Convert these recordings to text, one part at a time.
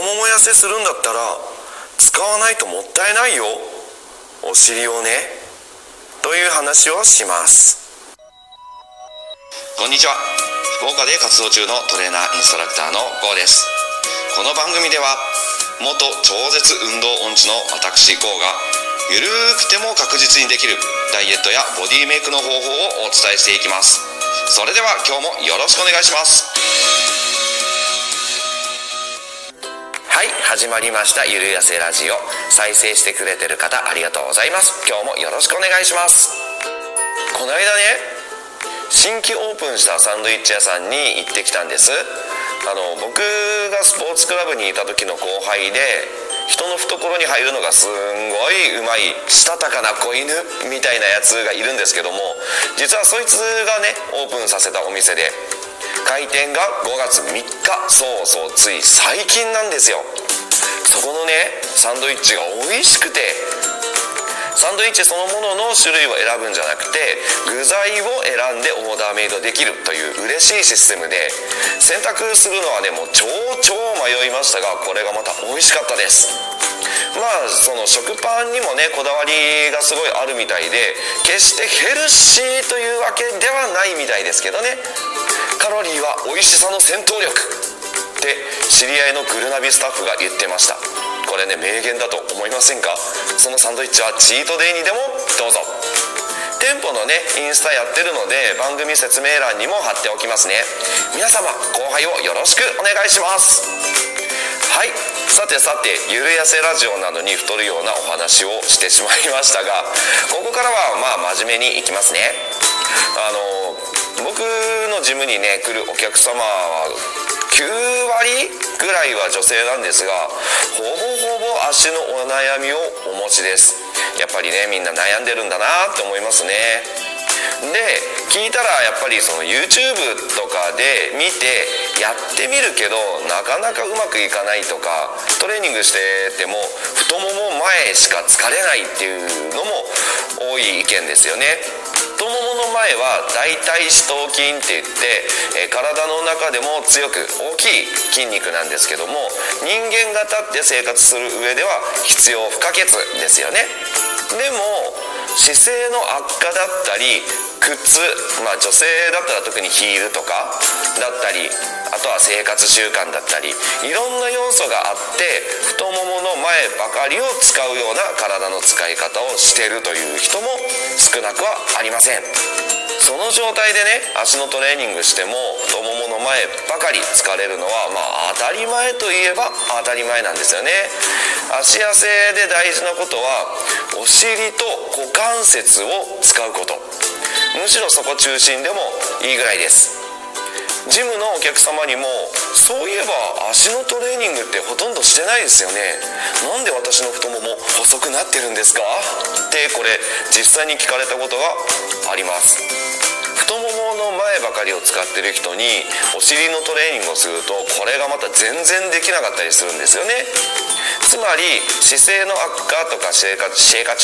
もも痩せするんだったら使わないともったいないよ、お尻をね、という話をします。 こんにちは。福岡で活動中のトレーナーインストラクターのゴーです。この番組では元超絶運動音痴の私ゴーがゆるくても確実にできるダイエットやボディメイクの方法をお伝えしていきます。それでは今日もよろしくお願いします。 はい、始まりましたゆるやせラジオ。再生してくれてる方ありがとうございます。今日もよろしくお願いします。この間ね、新規オープンしたサンドイッチ屋さんに行ってきたんです。僕がスポーツクラブにいた時の後輩で、人の懐に入るのがすんごいうまいしたたかな子犬みたいなやつがいるんですけども、実はそいつがねオープンさせたお店で、開店が5月3日、そうつい最近なんですよ。そこのねサンドイッチが美味しくて、サンドイッチそのものの種類を選ぶんじゃなくて、具材を選んでオーダーメイドできるという嬉しいシステムで、選択するのはねもう超迷いましたが、これがまた美味しかったです。その食パンにもねこだわりがすごいあるみたいで、決してヘルシーというわけではないみたいですけどね。カロリーは美味しさの戦闘力って知り合いのグルナビスタッフが言ってました。これね名言だと思いませんか？そのサンドイッチはチートデイにでもどうぞ。店舗のねインスタやってるので、番組説明欄にも貼っておきますね。皆様後輩をよろしくお願いします。はい、さてゆるやせラジオなどに太るようなお話をしてしまいましたが、ここからは真面目にいきますね。僕のジムにね来るお客様は9割ぐらいは女性なんですが、ほぼ足のお悩みをお持ちです。やっぱりねみんな悩んでるんだなって思いますね。で聞いたらやっぱりその YouTube とかで見てやってみるけどなかなかうまくいかないとか、トレーニングしてても太もも前しか疲れないっていうのも多い意見ですよね。太ももの前は大腿四頭筋って言って、体の中でも強く大きい筋肉なんですけども、人間が立って生活する上では必要不可欠ですよね。でも姿勢の悪化だったり靴、女性だったら特にヒールとかだったり、あとは生活習慣だったり、いろんな要素があって太ももの前ばかりを使うような体の使い方をしているという人も少なくはありません。その状態でね足のトレーニングしても太ももの前ばかり疲れるのは当たり前といえば当たり前なんですよね。足痩せで大事なことはお尻と股関節を使うこと、むしろそこ中心でもいいぐらいです。ジムのお客様にもそういえば足のトレーニングってほとんどしてないですよね、なんで私の太もも細くなってるんですかってこれ実際に聞かれたことがあります。太ももの前ばかりを使ってる人にお尻のトレーニングをすると、これがまた全然できなかったりするんですよね。つまり姿勢の悪化とか生活習慣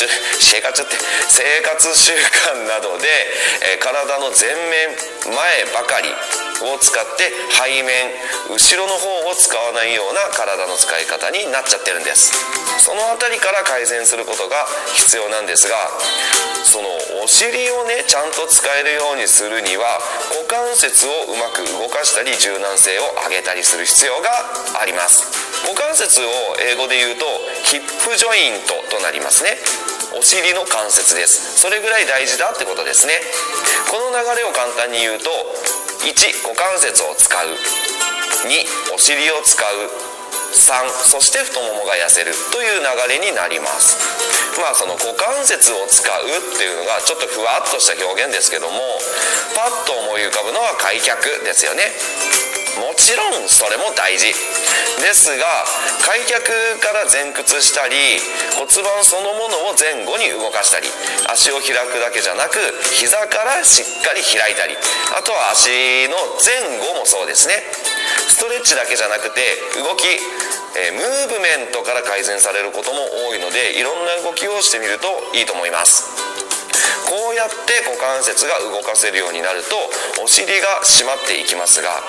などで、体の前面前ばかりを使って背面後ろの方を使わないような体の使い方になっちゃってるんです。そのあたりから改善することが必要なんですが、そのお尻をねちゃんと使えるようにするには股関節をうまく動かしたり柔軟性を上げたりする必要があります。股関節を英語で言うとヒップジョイントとなりますね。お尻の関節です。それぐらい大事だってことですね。この流れを簡単に言うと、1、股関節を使う、2、お尻を使う、3、そして太ももが痩せるという流れになります。その股関節を使うっていうのがちょっとふわっとした表現ですけども、パッと思い浮かぶのは開脚ですよね。もちろんそれも大事ですが、開脚から前屈したり骨盤そのものを前後に動かしたり、足を開くだけじゃなく膝からしっかり開いたり、あとは足の前後もそうですね。ストレッチだけじゃなくて動き、ムーブメントから改善されることも多いので、いろんな動きをしてみるといいと思います。こうやって股関節が動かせるようになるとお尻が締まっていきますが、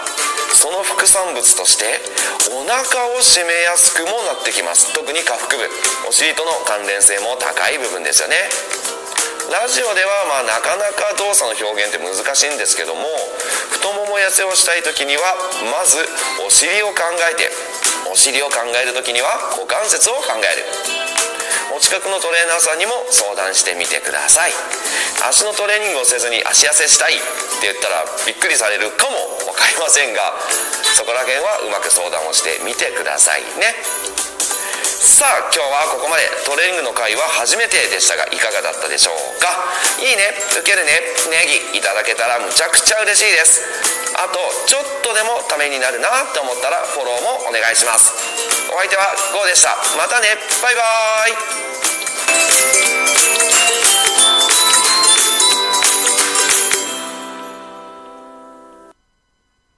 その副産物としてお腹を締めやすくもなってきます。特に下腹部、お尻との関連性も高い部分ですよね。ラジオではなかなか動作の表現って難しいんですけども、太もも痩せをしたい時にはまずお尻を考えて、お尻を考える時には股関節を考える。お近くのトレーナーさんにも相談してみてください。足のトレーニングをせずに足痩せしたいって言ったらびっくりされるかも分かりませんが、そこら辺はうまく相談をしてみてくださいね。さあ今日はここまでトレーニングの回は初めてでしたがいかがだったでしょうか。いいね、ウケるね、ネギいただけたらむちゃくちゃ嬉しいです。あとちょっとでもためになるなって思ったらフォローもお願いします。お相手はゴーでした。またね、バイバーイ。